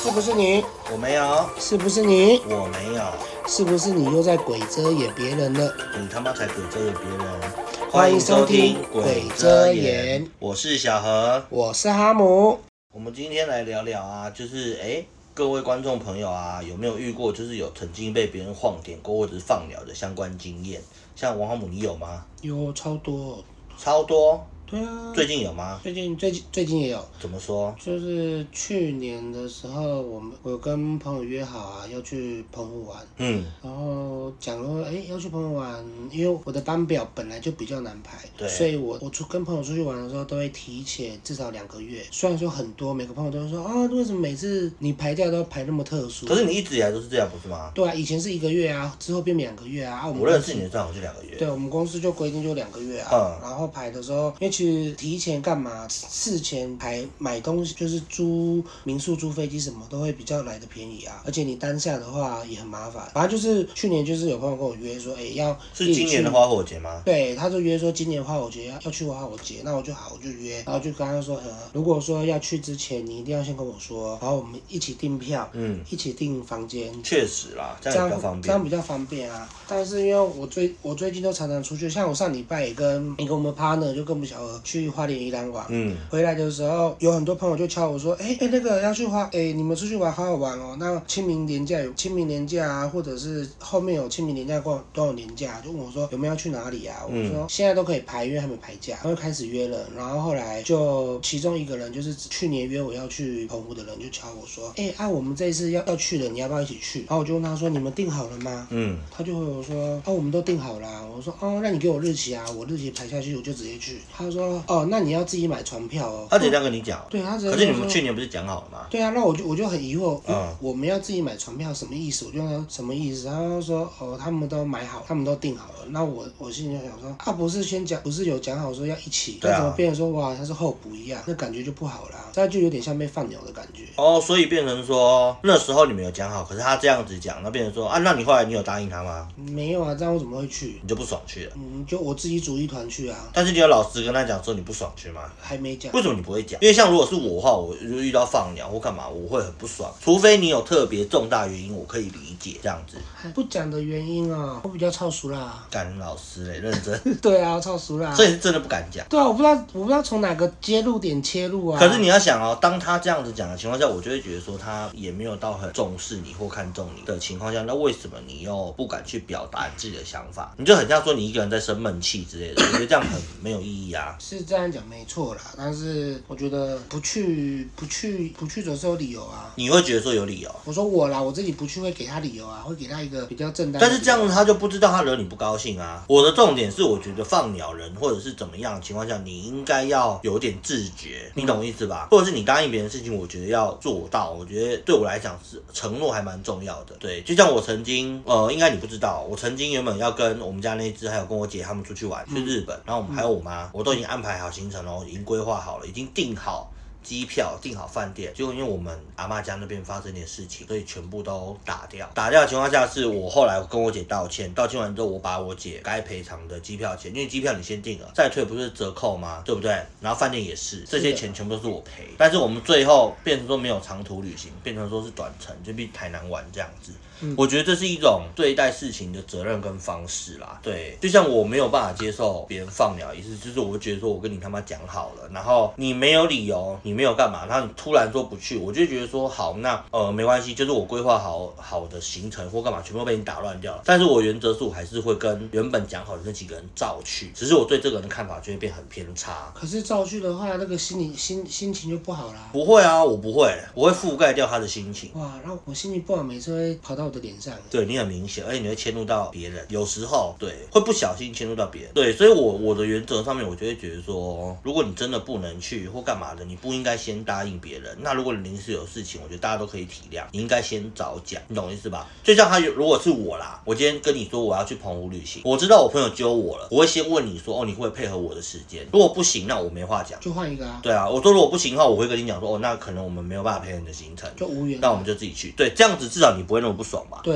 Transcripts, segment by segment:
是不是你？ 我没有。 是不是你？ 我没有。 是不是你又在鬼遮掩别人了？ 你他妈才鬼遮掩别人！ 欢迎收听鬼遮掩， 我是小何， 我是哈姆。 我们今天来聊聊啊，就是各位观众朋友啊，有没有遇过就是有曾经被别人晃点过或者是放鸟的相关经验？像王哈姆，你有吗？ 有超多。 超多。 对啊， 最近有吗？ 最近也有。 怎么说？ 就是去年的时候，我跟朋友约好啊，要去澎湖玩。然后讲说，要去澎湖玩，因为我的班表本来就比较难排， 对， 所以我跟朋友出去玩的时候，都会提前至少2个月。虽然说很多，每个朋友都会说啊，为什么每次你排假都排那么特殊？ 可是你一直以来都是这样，不是吗？ 对啊，以前是1个月啊，之后变2个月啊。 我认识你的正好就2个月。 对，我们公司就规定就2个月啊。然后排的时候，因为其实提前干嘛，事前买东西，就是租民宿、租飞机什么都会比较来的便宜啊。而且你当下的话也很麻烦。反正就是去年就是有朋友跟我约说， 是今年的花火节吗？ 对，他就约说今年花火节要去花火节，那我就约，然后就跟他说，如果说要去之前，你一定要先跟我说，然后我们一起订票，一起订房间。 确实啦，这样比较方便。 这样比较方便啊。但是因为我最近都常常出去，像我上礼拜也跟一个我们 partner 就跟我们小何去花莲宜兰玩，回来的时候有很多朋友就敲我说，那个要去你们出去玩好好玩哦。那清明年假啊，或者是后面有清明年假、端午年假，就问我说有没有要去哪里啊？我说现在都可以排，因为还没排假，然后开始约了。然后后来就其中一个人就是去年约我要去澎湖的人就敲我说，我们这一次要去了，你要不要一起去？然后我就问他说，你们订好了吗？他就回我说，我们都订好了。我说那你给我日期啊，我日期排下去我就直接去。他说那你要自己买船票哦。 他直接这样跟你讲？ 对，他直接。 可是你们去年不是讲好了吗？ 对啊，那我就很疑惑，我们要自己买船票什么意思？我就说什么意思？他就说他们都买好，他们都订好了。那我心里就想说不是不是有讲好说要一起，那怎么变成说哇他是候补一样？那感觉就不好啦，这就有点像被放鸟的感觉。 所以变成说那时候你们有讲好，可是他这样子讲，那变成说那你后来你有答应他吗？ 没有啊，这样我怎么会去？ 你就不爽去了？ 就我自己组一团去啊。 但是你有老实跟他讲说你不爽去吗？ 还没讲。 为什么你不会讲？因为像如果是我的话，我就遇到放鸟或干嘛，我会很不爽。除非你有特别重大原因，我可以理解这样子。 不讲的原因我比较操俗啦。 干老师认真。 对啊，操俗啦。 所以是真的不敢讲。 对啊，我不知道从哪个接入点切入啊。 可是你要想当他这样子讲的情况下，我就会觉得说他也没有到很重视你或看重你的情况下，那为什么你又不敢去表达自己的想法？你就很像说你一个人在生闷气之类的，我觉得这样很没有意义啊。 是这样讲没错啦，但是我觉得不去总是有理由啊。 你会觉得说有理由？ 我说我自己不去会给他理由啊，会给他一个比较正当的理由。 但是这样他就不知道他惹你不高兴啊。我的重点是，我觉得放鸟人或者是怎么样的情况下，你应该要有点自觉，你懂意思吧？或者是你答应别人的事情，我觉得要做到。我觉得对我来讲是承诺还蛮重要的。对，就像我曾经应该你不知道，我曾经原本要跟我们家那只还有跟我姐他们出去玩，去日本，然后还有我妈，我都已经安排好行程了，已经规划好了，已经订好机票，订好饭店。结果因为我们阿嬷家那边发生点事情，所以全部都打掉。打掉的情况下，是我后来跟我姐道歉完之后，我把我姐该赔偿的机票钱，因为机票你先订了，再退不是折扣吗？对不对？然后饭店也是，这些钱全部都是我赔。但是我们最后变成说没有长途旅行，变成说是短程，就去台南玩这样子。我觉得这是一种对待事情的责任跟方式啦。对，就像我没有办法接受别人放鸟，意思就是我会觉得说我跟你他妈讲好了，然后你没有理由，你没有干嘛，然后你突然说不去，我就觉得说好，那没关系，就是我规划好的行程或干嘛，全部被你打乱掉了。但是我原则是我还是会跟原本讲好的那几个人照去，只是我对这个人的看法就会变很偏差。 可是照去的话，那个心情就不好啦。 不会啊，我不会，我会覆盖掉他的心情。 哇，然后我心情不好，每次会跑到我的脸上。 对，你很明显，而且你会迁怒到别人，有时候对会不小心迁怒到别人。对，所以我的原则上面，我就会觉得说，如果你真的不能去或干嘛的，你不应该先答应别人。那如果你临时有事情，我觉得大家都可以体谅，你应该先早讲，你懂我意思吧？就像如果是我啦，我今天跟你说我要去澎湖旅行，我知道我朋友揪我了，我会先问你说，你会不会配合我的时间？如果不行，那我没话讲， 就换一个啊。 对啊，我说如果不行的话，我会跟你讲说，那可能我们没有办法配合你的行程， 就无缘， 那我们就自己去。对，这样子至少你不会那么不爽吧？ 对啊。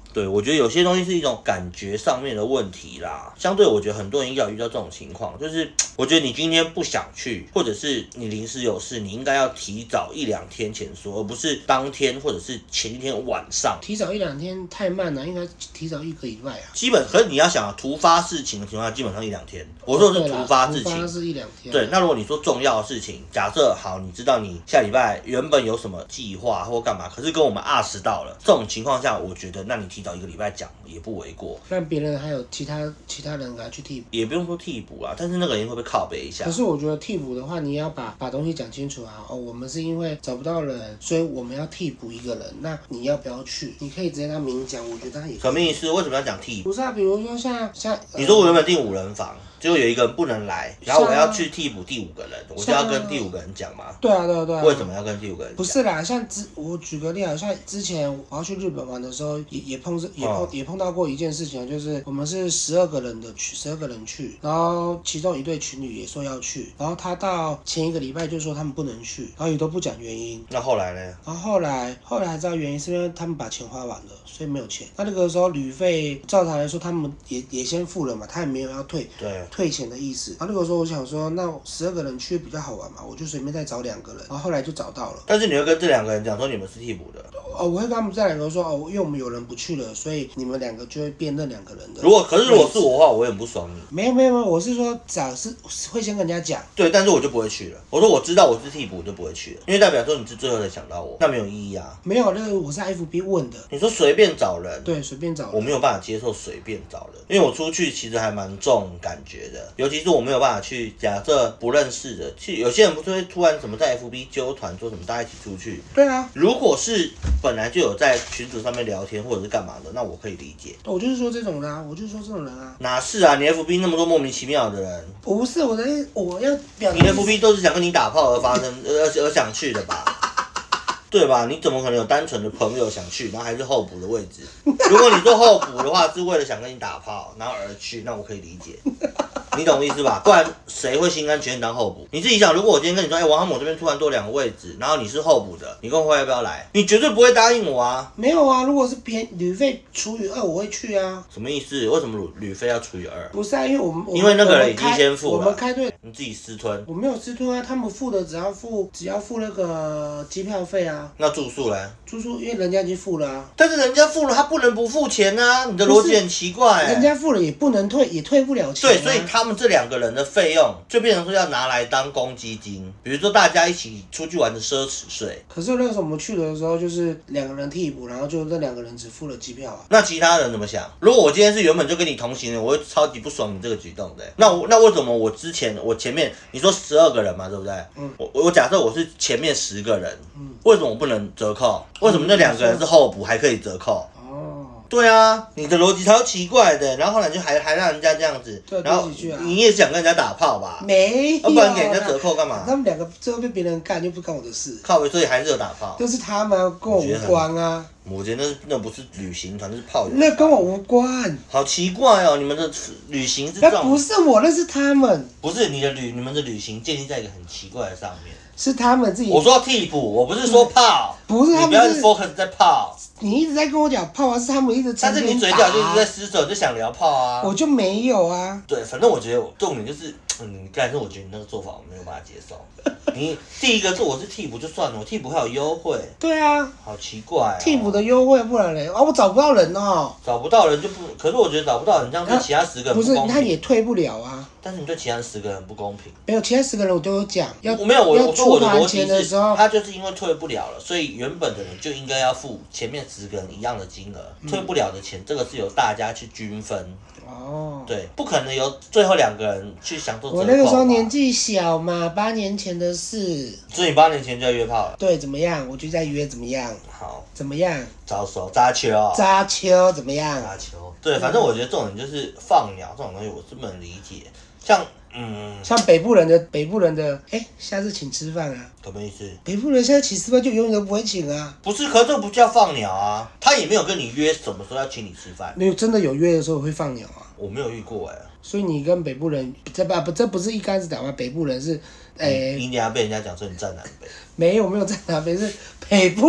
对，我觉得有些东西是一种感觉上面的问题啦。相对我觉得很多人要遇到这种情况，就是我觉得你今天不想去，或者是你临时有事，你应该要提早1-2天前说，而不是当天或者是前一天晚上。 提早1-2天太慢了，应该提早1个礼拜啊。 可是你要想突发事情的情况下，基本上1-2天。我说的是突发事情， 突发是1-2天。 对，那如果你说重要的事情，假设好，你知道你下礼拜原本有什么计划或干嘛，可是跟我们20到了，这种情况下，我觉得那你提早1个礼拜讲也不为过。 让别人还有其他人给他去替补， 也不用说替补啦，但是那个人会不会靠北一下？ 可是我觉得替补的话，你要把东西讲清楚啊。我们是因为找不到人，所以我们要替补1个人。那你要不要去？你可以直接跟他明讲，我觉得他也可以。 什么意思？为什么要讲替补？ 不是啊，比如说像你说我原本订5人房。结果有一个人不能来，然后我要去替补第5个人，我就要跟第5个人讲嘛。 对啊。 为什么要跟第5个人讲？ 不是啦，我举个例啊，像之前我要去日本玩的时候，也碰到过一件事情，就是我们是12个人去，然后其中一对情侣也说要去，然后他到前1个礼拜就说他们不能去，然后也都不讲原因。 那后来呢？ 然后后来才知道原因是因为他们把钱花完了，所以没有钱。那个时候旅费照常来说他们也先付了嘛，他也没有要退钱的意思。然后那个时候我想说，那12个人去比较好玩嘛，我就随便再找2个人。然后后来就找到了。 但是你会跟这2个人讲说你们是替补的？ 我会跟他们这2个说因为我们有人不去了，所以你们2个就会变那2个人的。 可是如果是我的话，我也很不爽你。 没有，我是说是会先跟人家讲。 对，但是我就不会去了。我说我知道我是替补，就不会去了，因为代表说你是最后才想到我，那没有意义啊。 没有，那个我是 FB 问的。 你说随便找人？ 对，随便找人。 我没有办法接受随便找人，因为我出去其实还蛮重感觉的，尤其是我没有办法去假设不认识的，有些人不是会突然什么在 FB 揪团说什么大家一起出去。 对啊。 如果是本来就有在群组上面聊天或者是干嘛的，那我可以理解。 我就是说这种人啊， 哪是啊？你 FB 那么多莫名其妙的人。 不是我要表。 你 FB 都是想跟你打炮而想去的吧？对吧？你怎么可能有单纯的朋友想去，然后还是候补的位置？如果你做候补的话，是为了想跟你打炮，然后而去，那我可以理解。你懂我意思吧？不然谁会心甘情愿当候补？你自己想，如果我今天跟你说，王哈姆这边突然多2个位置，然后你是候补的，你跟我要不要来？你绝对不会答应我啊！ 没有啊，如果是旅费除以2，我会去啊。 什么意思？为什么旅费要除以2？ 不是啊， 因为那个人已经先付了， 我们开队， 你自己私吞。 我没有私吞啊，他们付的只要付那个机票费啊。 那住宿嘞？ 住宿因为人家已经付了啊。 但是人家付了，他不能不付钱啊！你的逻辑很奇怪人家付了也不能退，也退不了钱啊。 对，所以他们这2个人的费用就变成说要拿来当公积金，比如说大家一起出去玩的奢侈税。 可是那个时候我们去的时候就是2个人替补，然后就那2个人只付了机票啊。 那其他人怎么想？如果我今天是原本就跟你同行的，我会超级不爽你这个举动的。那为什么我前面你说12个人嘛，对不对？我假设我是前面10个人，为什么我不能折扣？为什么那2个人是候补还可以折扣？对啊，你的逻辑超奇怪的，然后后来就还让人家这样子，然后你也想跟人家打炮吧？ 没有， 要不然给人家折扣干嘛？ 他们2个最后被别人干，就不干我的事。 靠，所以还是有打炮。 都是他们跟我无关啊。 我觉得那不是旅行团，那是炮友。 那跟我无关。 好奇怪哦，你们的旅行是这种。 那不是我，那是他们。 不是你们的旅行建立在一个很奇怪的上面。 是他们自己。 我说替补，我不是说炮。 不是他们。 你不要 focus 在炮。 你一直在跟我讲炮啊，是他们一直在。 但是你嘴角就一直在失手，就想聊炮啊。 我就没有啊。 对，反正我觉得重点就是，但是我觉得你那个做法我没有办法接受。你第一个做我是替补就算了，我替补还有优惠。 对啊。 好奇怪。 替补的优惠不然嘞？我找不到人哦。 找不到人就不，可是我觉得找不到人这样对其他10个人不公平。 不是，他也退不了啊。 但是你对其他10个人不公平。 没有，其他10个人我都有讲。 没有，我说我的逻辑是， 他就是因为退不了了，所以原本的人就应该要付前面10个人一样的金额，退不了的钱，这个是由大家去均分。哦。对，不可能由最后2个人去享受折扣。 我那个时候年纪小嘛，8年前的事。 所以你8年前就要约炮了？ 对，怎么样？我就在约，怎么样？ 好。 怎么样？ 招手扎球。 扎球怎么样？ 扎球。对，反正我觉得重点就是放鸟这种东西，我是不能理解。像北部人的，下次请吃饭啊？ 什么意思？ 北部人现在请吃饭就永远都不会请啊。 不是，可这不叫放鸟啊，他也没有跟你约什么时候要请你吃饭。 没有，真的有约的时候会放鸟啊。 我没有遇过所以你跟北部人，这不是一竿子打翻，北部人是， 你等下被人家讲说你站南北。 没有站南北，是北部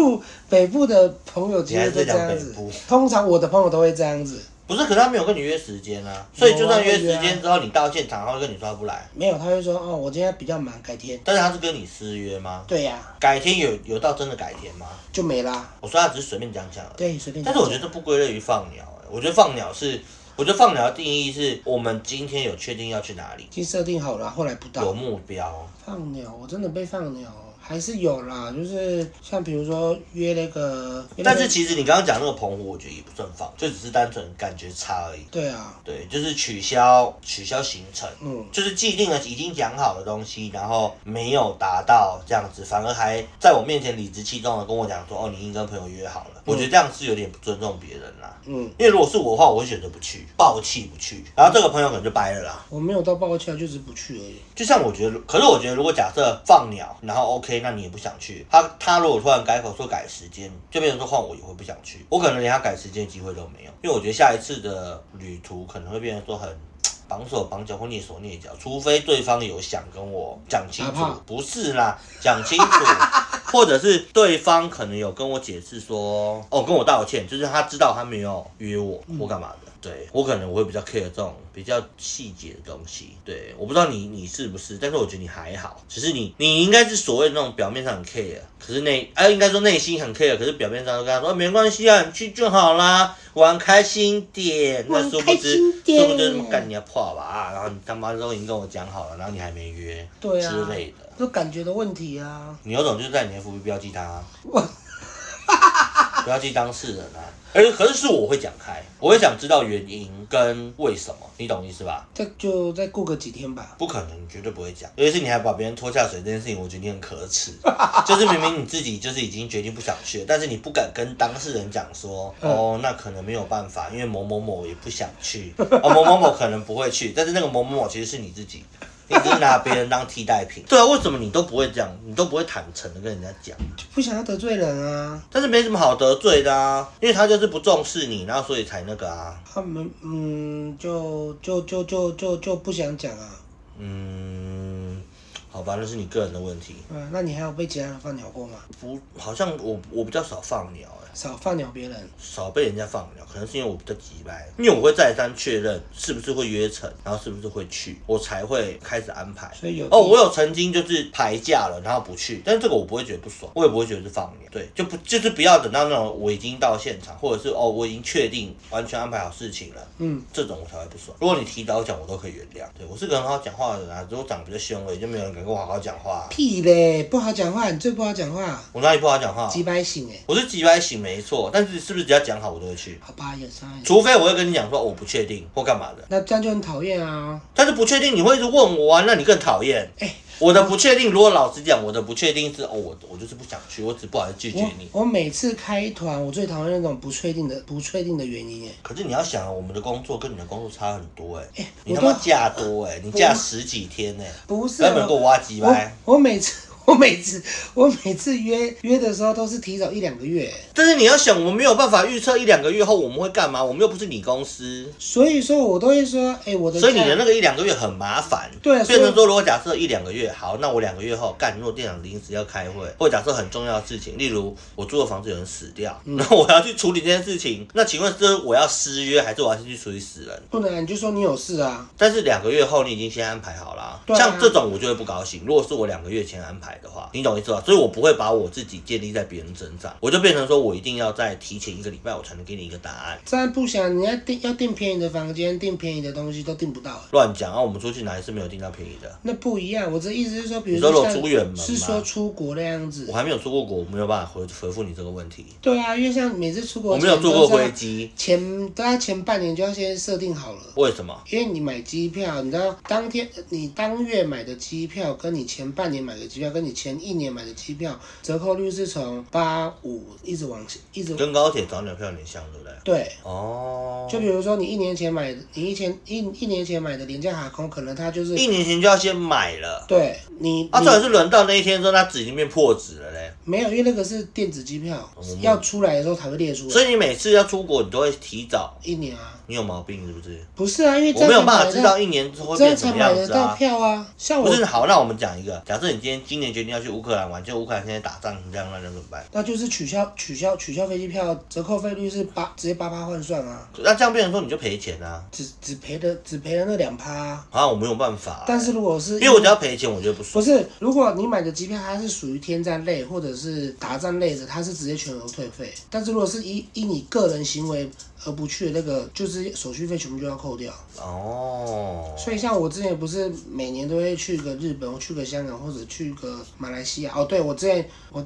北部的朋友其实都这样子，通常我的朋友都会这样子。 不是，可是他没有跟你约时间啊，所以就算约时间之后，你到现场，他会跟你说他不来。 没有，他会说哦，我今天比较忙，改天。 但是他是跟你私约吗？ 对呀、 改天有到真的改天吗？ 就没啦。 我说他只是随便讲讲而已。 对，随便讲。 但是我觉得这不归类于放鸟、我觉得放鸟的定义是我们今天有确定要去哪里， 已经设定好了，后来不到。 有目标。 放鸟，我真的被放鸟。还是有啦，就是像比如说约那个， 但是其实你刚刚讲那个澎湖，我觉得也不算放，就只是单纯感觉差而已。 对啊， 对，就是取消行程，就是既定的已经讲好的东西，然后没有达到这样子，反而还在我面前理直气壮的跟我讲说，哦，你已经跟朋友约好了。我觉得这样是有点不尊重别人啦。因为如果是我的话，我会选择不去，暴气不去，然后这个朋友可能就掰了啦。 我没有到暴气，就只是不去而已。 就像我觉得，可是我觉得如果假设放鸟，然后 OK， 那你也不想去，他如果突然改口说改时间，就变成说换我也会不想去，我可能连他改时间的机会都没有，因为我觉得下一次的旅途可能会变成说很绑手绑脚或蹑手蹑脚，除非对方有想跟我讲清楚，不是啦，讲清楚，或者是对方可能有跟我解释说，哦，跟我道歉，就是他知道他没有约我或干嘛的。对，我可能我会比较 care 这种比较细节的东西。对，我不知道你是不是，但是我觉得你还好，只是你应该是所谓的那种表面上很 care， 可是应该说内心很 care， 可是表面上都跟他说没关系啊，你去就好啦，玩开心点。那殊不知这么干你要破吧然后你他妈都已经跟我讲好了，然后你还没约，对啊之类的， 都感觉的问题啊。 你有种就是在你的 FB 标记他，标记当事人啊。可是我会讲开，我会想知道原因跟为什么，你懂意思吧？ 就再过个几天吧。 不可能，你绝对不会讲。尤其是你还把别人拖下水这件事情，我觉得你很可耻。就是明明你自己就是已经决定不想去了，但是你不敢跟当事人讲说，哦，那可能没有办法，因为某某某也不想去，某某某可能不会去，但是那个某某某其实是你自己。你只是拿别人当替代品。对啊，为什么你都不会这样？你都不会坦诚的跟人家讲？ 就不想要得罪人啊。 但是没什么好得罪的啊，因为他就是不重视你，然后所以才那个啊。 他们就不想讲啊。 好吧，那是你个人的问题。 那你还有被其他人放鸟过吗？ 不，好像我比较少放鸟。 少放鸟别人， 少被人家放鸟，可能是因为我比较急掰，因为我会再三确认是不是会约成，然后是不是会去，我才会开始安排。 所以我有曾经就是排假了，然后不去，但是这个我不会觉得不爽，我也不会觉得是放鸟，对，就是不要等到那种我已经到现场，或者是我已经确定完全安排好事情了，这种我才会不爽。如果你提早讲，我都可以原谅。对，我是个很好讲话的人啊，只是我长得比较凶而已，就没有人敢跟我好好讲话。 屁嘞，不好讲话，你最不好讲话。 我哪里不好讲话？ 急掰型我是急掰型没错，但是是不是只要讲好我都会去？ 好吧，也是。 除非我会跟你讲说我不确定或干嘛的， 那这样就很讨厌啊。 但是不确定你会一直问我啊，那你更讨厌。我的不确定，如果老实讲，我的不确定是我就是不想去，我只不好意思拒绝你。 我每次开团，我最讨厌那种不确定的原因可是你要想，我们的工作跟你的工作差很多你他妈假多你假10几天不是， 根本给我挖鸡掰。 我每次约的时候都是提早1-2个月。 但是你要想，我们没有办法预测1-2个月后我们会干嘛，我们又不是你公司。 所以说我都会说， 所以你的那个1-2个月很麻烦。 对， 变成说，如果假设1-2个月，好，那我2个月后如果店长临时要开会，或者假设很重要的事情，例如我住的房子有人死掉，然后我要去处理这件事情，那请问是我要失约，还是我要先去处理死人？ 不能，你就说你有事啊。 但是2个月后你已经先安排好了，像这种我就会不高兴。如果是我2个月前安排的话，你懂意思吧？所以我不会把我自己建立在别人身上，我就变成说我一定要在提前1个礼拜我才能给你一个答案。 这样不想，你要订便宜的房间，订便宜的东西都订不到。 乱讲啊！我们出去哪里是没有订到便宜的？ 那不一样，我这意思是说，比如说我出远门是说出国那样子。 我还没有出过国，我没有办法回复你这个问题。 对啊，因为像每次出国， 我没有坐过飞机， 都要前半年就要先设定好了。 为什么？ 因为你买机票，你知道你当月买的机票，跟你前半年买的机票，跟你前1年买的机票，折扣率是从85一直往一直。 跟高铁早鸟票有点像，对不对？ 对。 就比如说你1年前买的，你一年前买的廉价航空，可能它就是 1年前就要先买了。 对你重点是轮到那一天之后，它纸已经变破纸了嘞。 没有，因为那个是电子机票，要出来的时候才会列出来。 所以你每次要出国，你都会提早 1年啊。 你有毛病是不是？ 不是啊，因为我没有办法知道1年之后会变什么样子啊。 这样才买得到票啊。像我不是好，那我们讲一个，假设你今年年决定要去乌克兰玩，就乌克兰现在打仗这样，那怎么办？ 那就是取消飞机票，折扣费率是直接8%换算啊。 那这样变成说你就赔钱啊， 只赔了那2%啊。 啊，我没有办法。 但是如果是因为我只要赔钱，我觉得不爽。 不是，如果你买的机票它是属于天战类或者是打战类的，它是直接全额退费。但是如果是依你个人行为而不去的那个，就是手续费全部就要扣掉。 哦。 所以像我之前不是每年都会去个日本，我去个香港或者去个马来西亚。哦，对，我之前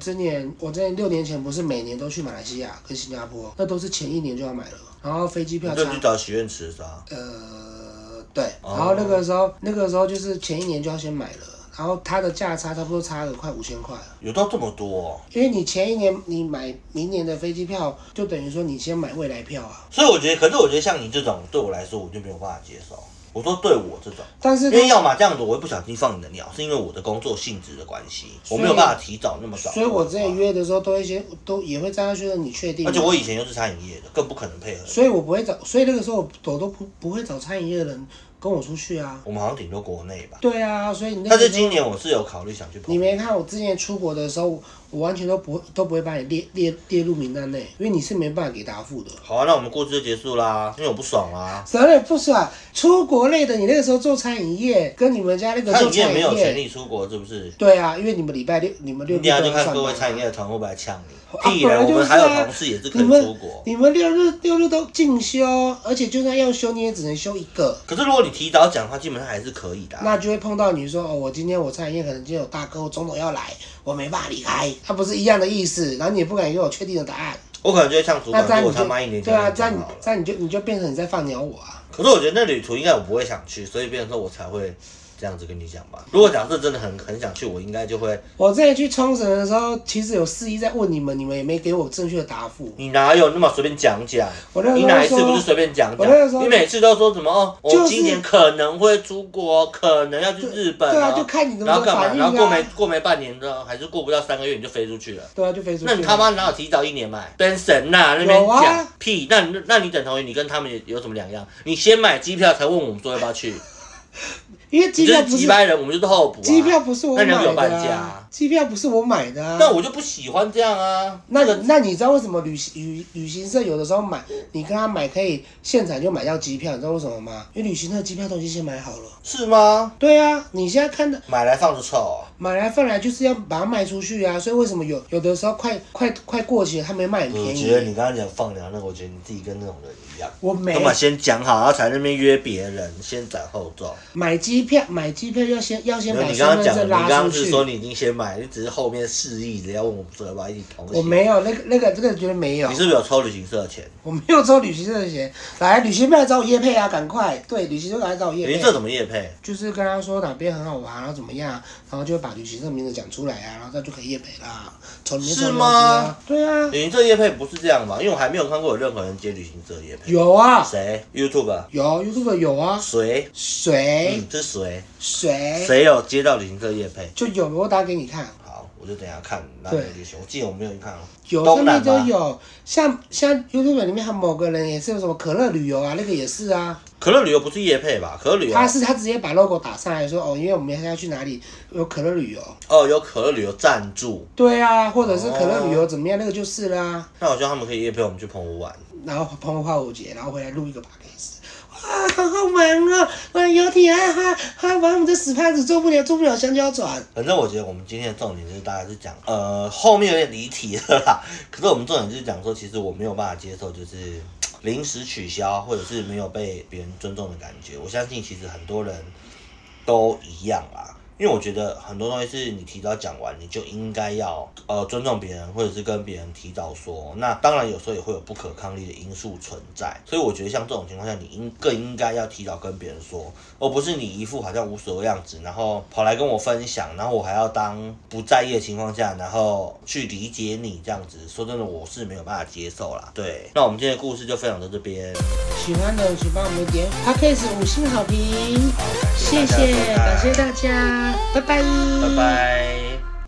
6年前不是每年都去马来西亚跟新加坡，那都是前1年就要买了，然后飞机票就去找许愿池是吧？ 对，然后那个时候就是前1年就要先买了。然后它的价差差不多差了快5000块， 有到这么多哦？ 因为你前1年你买明年的飞机票，就等于说你先买未来票啊。 所以我觉得像你这种，对我来说我就没有办法接受。我说对我这种， 但是因为要么这样子，我会不小心放你的鸟，是因为我的工作性质的关系，我没有办法提早那么早。 所以我之前约的时候都也会这样说，你确定？ 而且我以前又是餐饮业的，更不可能配合。 所以我不会找，所以那个时候我都不会找餐饮业的人跟我出去啊。 我们好像顶多国内吧。 对啊，所以你但是今年我是有考虑想去。 你没看我之前出国的时候，我完全都不会把你列入名单内，因为你是没办法给答复的。 好啊，那我们故事就结束啦，因为我不爽啦。 什么也不爽？出国类的，你那个时候做餐饮业，跟你们家那个做餐饮业没有权利出国，是不是？ 对啊，因为你们礼拜六、6日就看各位餐饮业的团会不会来呛你。屁人，我们还有同事也是可以出国。 你们六日都进修，而且就算要休，你也只能休1个。 可是如果你提早讲的话，基本上还是可以的。 那就会碰到你说哦，我餐饮业可能今天有大客户总统要来，我没办法离开，它不是一样的意思，然后你也不敢给我确定的答案。 我可能就会像主管说，我他妈1年前。 对啊，这样你就变成你在放鸟我啊。 可是我觉得那旅途应该我不会想去，所以变成说我才会这样子跟你讲吧。如果假设真的很想去，我应该就会。 我之前去冲绳的时候，其实有肆意在问你们也没给我正确的答复。 你哪有那么随便讲？你哪一次不是随便讲？你每次都说什么哦？我今年可能会出国，可能要去日本。 对啊，就看你怎么反应啊。 然后过没半年之后，还是过不到3个月，你就飞出去了。 对啊，就飞出去了。 那你他妈哪有提早1年买？ben神呐，那边讲屁。那你等同于你跟他们有什么两样？你先买机票才问我们说要不要去。 因为机票不是几百人，我们就是候补。机票不是我买的， 那你有半价。 机票不是我买的啊。 但我就不喜欢这样啊。 那你知道为什么旅行社有的时候你跟他买可以现场就买到机票？你知道为什么吗？因为旅行社机票都已经先买好了。 是吗？ 对啊，你现在看的买来放着臭。 买来放来就是要把它卖出去啊，所以为什么有的时候快过期了，他没卖很便宜。 我觉得你刚刚讲放鸟那个，我觉得你自己跟那种人一样。 我没。 干嘛先讲好，然后才那边约别人，先斩后奏。 买机票要先把身份证拉出去。你刚刚是说你已经先买，你只是后面示意，只要问我们说要不要一起同行。 我没有这个绝对没有。 你是不是有抽旅行社的钱？ 我没有抽旅行社的钱。来，旅行社来找我业配啊，赶快！对，旅行社来找我业配。 旅行社怎么业配？ 就是跟他说哪边很好玩，然后怎么样，然后就把旅行社名字讲出来啊，然后他就可以业配啦。从里面抽东西啊。对啊。 旅行社业配不是这样吧？因为我还没有看过有任何人接旅行社业配。 有啊。 谁 ？YouTube。 有 YouTube 有啊。 谁？这是谁？谁有接到旅行社业配？ 就有，我打给你看。 好，我就等一下看哪里旅行。我记得我没有去看哦。 有，上面都有。像 YouTube 里面还有某个人也是有什么可乐旅游啊，那个也是啊。 可乐旅游不是业配吧？可乐旅游。 他直接把 logo 打上来说哦，因为我们要去哪里有可乐旅游。 哦，有可乐旅游赞助。 对啊，或者是可乐旅游怎么样，那个就是啦。 那我觉得他们可以业配我们去澎湖玩， 然后澎湖花火节，然后回来录一个 podcast。哇，好好玩哦！玩游艇啊，玩我们这死胖子坐不了香蕉船。 反正我觉得我们今天的重点就是大概是讲，后面有点离题了啦。可是我们重点就是讲说，其实我没有办法接受，就是临时取消或者是没有被别人尊重的感觉。我相信其实很多人都一样啦。因为我觉得很多东西是你提早讲完，你就应该要尊重别人，或者是跟别人提早说。那当然有时候也会有不可抗力的因素存在，所以我觉得像这种情况下，你更应该要提早跟别人说，而不是你一副好像无所谓样子，然后跑来跟我分享，然后我还要当不在意的情况下，然后去理解你这样子。说真的，我是没有办法接受啦。对，那我们今天的故事就分享到这边。 喜欢的请帮我们点 Podcast 5星好评， 好， 谢谢，感谢大家。拜拜。 拜拜。